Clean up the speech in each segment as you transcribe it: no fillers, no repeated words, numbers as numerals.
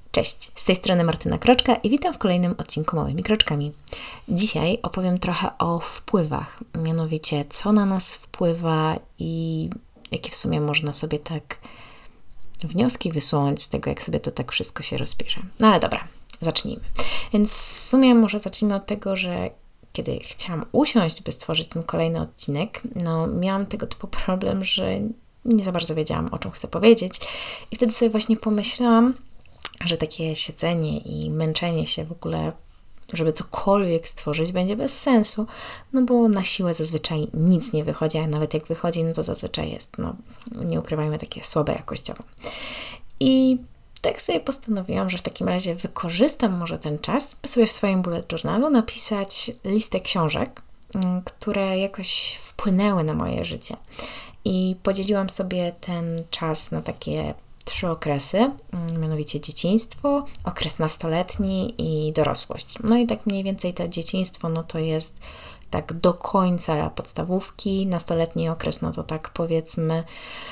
Cześć, z tej strony Martyna Kroczka i witam w kolejnym odcinku Małymi Kroczkami. Dzisiaj opowiem trochę o wpływach, mianowicie co na nas wpływa i jakie w sumie można sobie tak wnioski wysunąć z tego, jak sobie to tak wszystko się rozpisze. No ale dobra, zacznijmy. Więc w sumie może zacznijmy od tego, że kiedy chciałam usiąść, by stworzyć ten kolejny odcinek, miałam tego typu problem, że nie za bardzo wiedziałam, o czym chcę powiedzieć i wtedy sobie właśnie pomyślałam, że takie siedzenie i męczenie się w ogóle, żeby cokolwiek stworzyć, będzie bez sensu, bo na siłę zazwyczaj nic nie wychodzi, a nawet jak wychodzi, to zazwyczaj jest, nie ukrywajmy, takie słabe jakościowo. I tak sobie postanowiłam, że w takim razie wykorzystam może ten czas, by sobie w swoim bullet journalu napisać listę książek, które jakoś wpłynęły na moje życie. I podzieliłam sobie ten czas na takie 3 okresy, mianowicie dzieciństwo, okres nastoletni i dorosłość. I tak mniej więcej to dzieciństwo, to jest tak do końca podstawówki, nastoletni okres, to tak powiedzmy,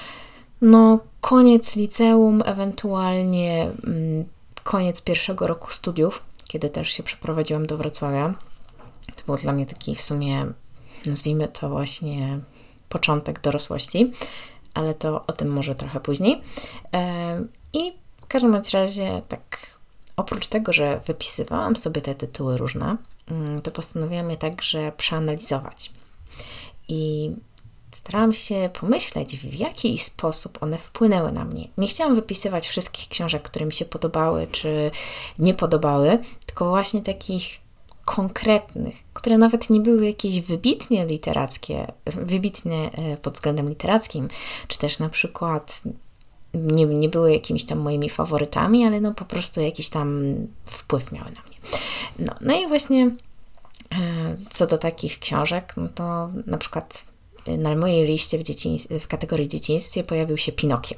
koniec liceum, ewentualnie koniec pierwszego roku studiów, kiedy też się przeprowadziłam do Wrocławia. To był dla mnie taki w sumie, nazwijmy to właśnie początek dorosłości, ale to o tym może trochę później. I w każdym razie tak oprócz tego, że wypisywałam sobie te tytuły różne, to postanowiłam je także przeanalizować. I starałam się pomyśleć, w jaki sposób one wpłynęły na mnie. Nie chciałam wypisywać wszystkich książek, które mi się podobały, czy nie podobały, tylko właśnie takich konkretnych, które nawet nie były jakieś wybitnie literackie, wybitnie pod względem literackim, czy też na przykład nie były jakimiś tam moimi faworytami, ale po prostu jakiś tam wpływ miały na mnie. I właśnie co do takich książek, to na przykład na mojej liście w kategorii dzieciństwie pojawił się Pinokio.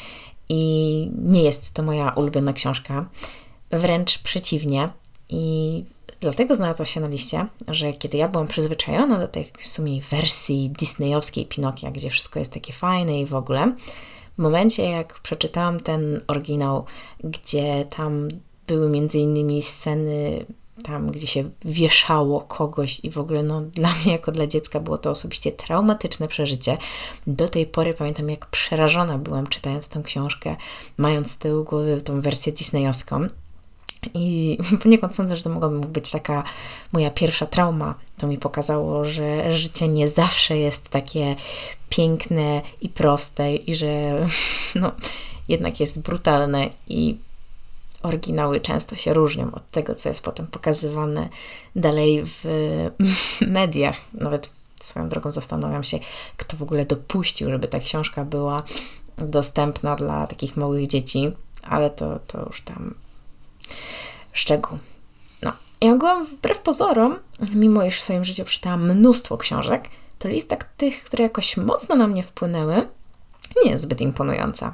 I nie jest to moja ulubiona książka, wręcz przeciwnie. I dlatego znalazła się na liście, że kiedy ja byłam przyzwyczajona do tej w sumie wersji disneyowskiej Pinokia, gdzie wszystko jest takie fajne i w ogóle, w momencie jak przeczytałam ten oryginał, gdzie tam były między innymi sceny tam, gdzie się wieszało kogoś i w ogóle dla mnie jako dla dziecka było to osobiście traumatyczne przeżycie. Do tej pory pamiętam, jak przerażona byłam czytając tę książkę, mając z tyłu głowy tą wersję disneyowską. I poniekąd sądzę, że to mogłaby być taka moja pierwsza trauma. To mi pokazało, że życie nie zawsze jest takie piękne i proste i że jednak jest brutalne i oryginały często się różnią od tego, co jest potem pokazywane dalej w mediach. Nawet swoją drogą zastanawiam się, kto w ogóle dopuścił, żeby ta książka była dostępna dla takich małych dzieci, ale to już tam szczegół. I ogółem wbrew pozorom, mimo iż w swoim życiu przeczytałam mnóstwo książek, to lista tych, które jakoś mocno na mnie wpłynęły, nie jest zbyt imponująca.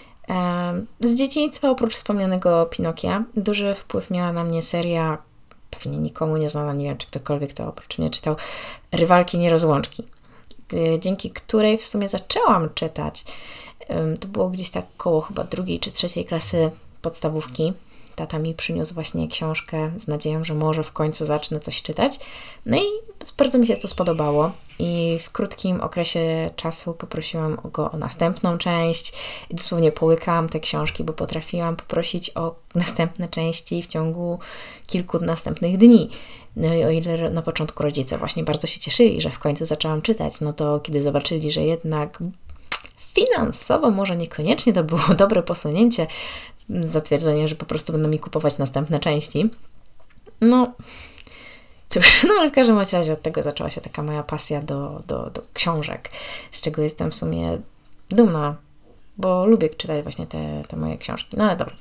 Z dzieciństwa, oprócz wspomnianego Pinokia, duży wpływ miała na mnie seria, pewnie nikomu nieznana, nie wiem, czy ktokolwiek to oprócz mnie czytał, Rywalki Nierozłączki, dzięki której w sumie zaczęłam czytać. To było gdzieś tak koło chyba 2. czy 3. klasy podstawówki. Tata mi przyniósł właśnie książkę z nadzieją, że może w końcu zacznę coś czytać. I bardzo mi się to spodobało. I w krótkim okresie czasu poprosiłam go o następną część. I dosłownie połykałam te książki, bo potrafiłam poprosić o następne części w ciągu kilku następnych dni. I o ile na początku rodzice właśnie bardzo się cieszyli, że w końcu zaczęłam czytać, to kiedy zobaczyli, że jednak finansowo może niekoniecznie to było dobre posunięcie, zatwierdzenie, że po prostu będą mi kupować następne części. Cóż, ale w każdym razie od tego zaczęła się taka moja pasja do książek, z czego jestem w sumie dumna, bo lubię czytać właśnie te moje książki. Ale dobra.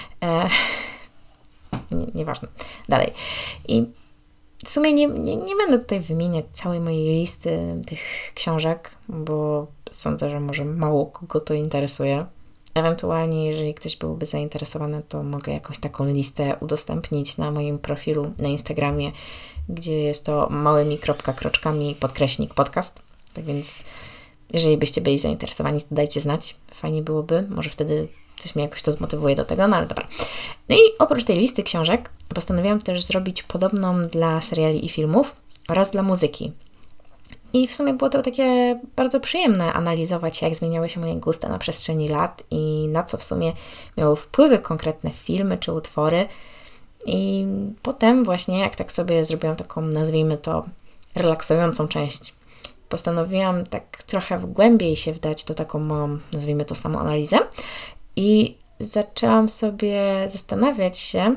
Nieważne. Dalej. I w sumie nie będę tutaj wymieniać całej mojej listy tych książek, bo sądzę, że może mało kogo to interesuje. Ewentualnie, jeżeli ktoś byłby zainteresowany, to mogę jakąś taką listę udostępnić na moim profilu na Instagramie, gdzie jest to małymi.kroczkami_podcast. Tak więc, jeżeli byście byli zainteresowani, to dajcie znać. Fajnie byłoby. Może wtedy coś mnie jakoś to zmotywuje do tego, ale dobra. No i oprócz tej listy książek postanowiłam też zrobić podobną dla seriali i filmów oraz dla muzyki. I w sumie było to takie bardzo przyjemne analizować, jak zmieniały się moje gusta na przestrzeni lat i na co w sumie miały wpływy konkretne filmy czy utwory. I potem właśnie, jak tak sobie zrobiłam taką, nazwijmy to, relaksującą część, postanowiłam tak trochę w głębiej się wdać do taką moją, nazwijmy to, samoanalizę i zaczęłam sobie zastanawiać się,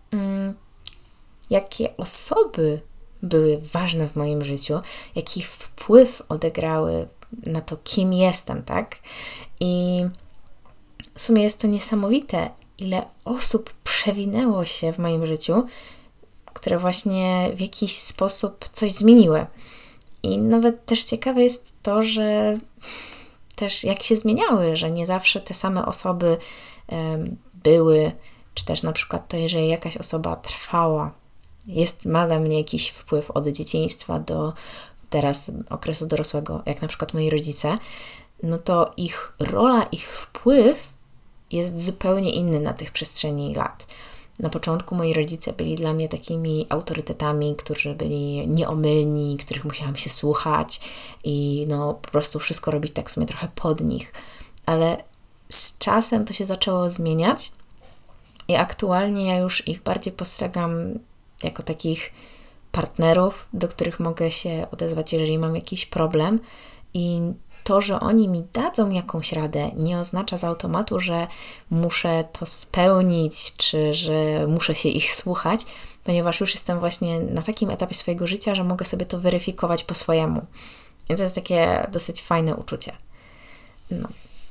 jakie osoby były ważne w moim życiu, jaki wpływ odegrały na to, kim jestem, tak? I w sumie jest to niesamowite, ile osób przewinęło się w moim życiu, które właśnie w jakiś sposób coś zmieniły. I nawet też ciekawe jest to, że też jak się zmieniały, że nie zawsze te same osoby były, czy też na przykład to, jeżeli jakaś osoba trwała, ma na mnie jakiś wpływ od dzieciństwa do teraz okresu dorosłego, jak na przykład moi rodzice, no to ich rola, ich wpływ jest zupełnie inny na tych przestrzeni lat. Na początku moi rodzice byli dla mnie takimi autorytetami, którzy byli nieomylni, których musiałam się słuchać i no po prostu wszystko robić tak w sumie trochę pod nich. Ale z czasem to się zaczęło zmieniać i aktualnie ja już ich bardziej postrzegam jako takich partnerów, do których mogę się odezwać, jeżeli mam jakiś problem. I to, że oni mi dadzą jakąś radę, nie oznacza z automatu, że muszę to spełnić, czy że muszę się ich słuchać, ponieważ już jestem właśnie na takim etapie swojego życia, że mogę sobie to weryfikować po swojemu. I to jest takie dosyć fajne uczucie. No.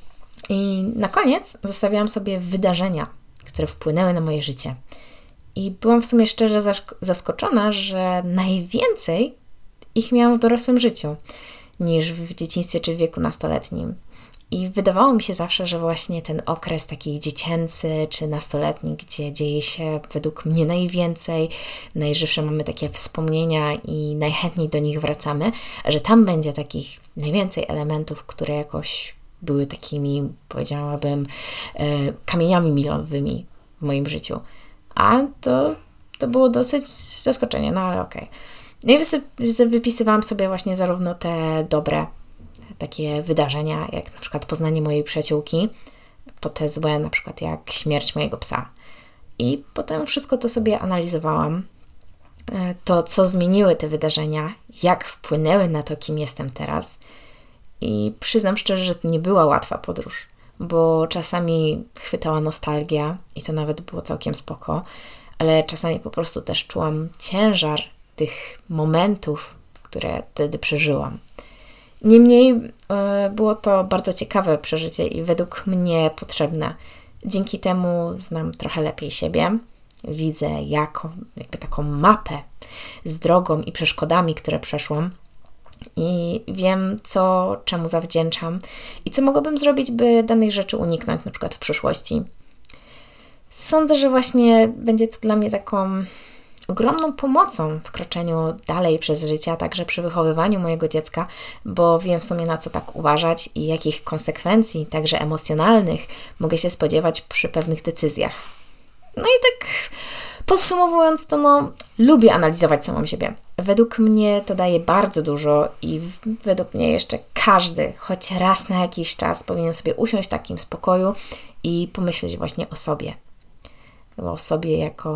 I na koniec zostawiałam sobie wydarzenia, które wpłynęły na moje życie. I byłam w sumie szczerze zaskoczona, że najwięcej ich miałam w dorosłym życiu niż w dzieciństwie czy w wieku nastoletnim. I wydawało mi się zawsze, że właśnie ten okres taki dziecięcy czy nastoletni, gdzie dzieje się według mnie najwięcej, najżywsze mamy takie wspomnienia i najchętniej do nich wracamy, że tam będzie takich najwięcej elementów, które jakoś były takimi, powiedziałabym, kamieniami milowymi w moim życiu. A to było dosyć zaskoczenie, no ale okej. No i wypisywałam sobie właśnie zarówno te dobre takie wydarzenia, jak na przykład poznanie mojej przyjaciółki, po te złe, na przykład jak śmierć mojego psa. I potem wszystko to sobie analizowałam, to co zmieniły te wydarzenia, jak wpłynęły na to, kim jestem teraz. I przyznam szczerze, że to nie była łatwa podróż, bo czasami chwytała nostalgia i to nawet było całkiem spoko, ale czasami po prostu też czułam ciężar tych momentów, które wtedy przeżyłam. Niemniej było to bardzo ciekawe przeżycie i według mnie potrzebne. Dzięki temu znam trochę lepiej siebie, widzę jakby taką mapę z drogą i przeszkodami, które przeszłam i wiem, czemu zawdzięczam i co mogłabym zrobić, by danych rzeczy uniknąć, na przykład w przyszłości. Sądzę, że właśnie będzie to dla mnie taką ogromną pomocą w kroczeniu dalej przez życie, a także przy wychowywaniu mojego dziecka, bo wiem w sumie na co tak uważać i jakich konsekwencji, także emocjonalnych, mogę się spodziewać przy pewnych decyzjach. No i tak podsumowując to, lubię analizować samą siebie. Według mnie to daje bardzo dużo i według mnie jeszcze każdy, choć raz na jakiś czas powinien sobie usiąść w takim spokoju i pomyśleć właśnie o sobie. O sobie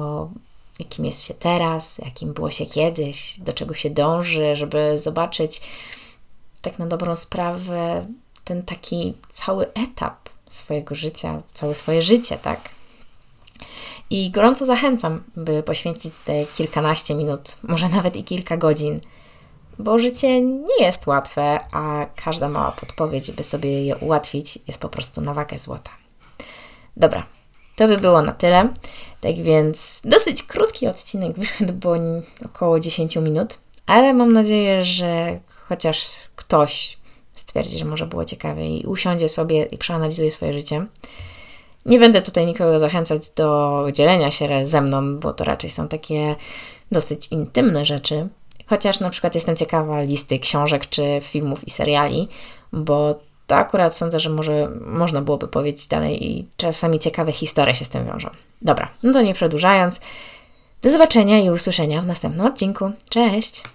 jakim jest się teraz, jakim było się kiedyś, do czego się dąży, żeby zobaczyć tak na dobrą sprawę ten taki cały etap swojego życia, całe swoje życie, tak? I gorąco zachęcam, by poświęcić te kilkanaście minut, może nawet i kilka godzin, bo życie nie jest łatwe, a każda mała podpowiedź, by sobie je ułatwić, jest po prostu na wagę złota. Dobra, to by było na tyle. Tak więc dosyć krótki odcinek wyszedł, bo około 10 minut, ale mam nadzieję, że chociaż ktoś stwierdzi, że może było ciekawie i usiądzie sobie i przeanalizuje swoje życie. Nie będę tutaj nikogo zachęcać do dzielenia się ze mną, bo to raczej są takie dosyć intymne rzeczy. Chociaż na przykład jestem ciekawa listy książek czy filmów i seriali, bo to akurat sądzę, że może można byłoby powiedzieć dalej i czasami ciekawe historie się z tym wiążą. Dobra, no to nie przedłużając, do zobaczenia i usłyszenia w następnym odcinku. Cześć!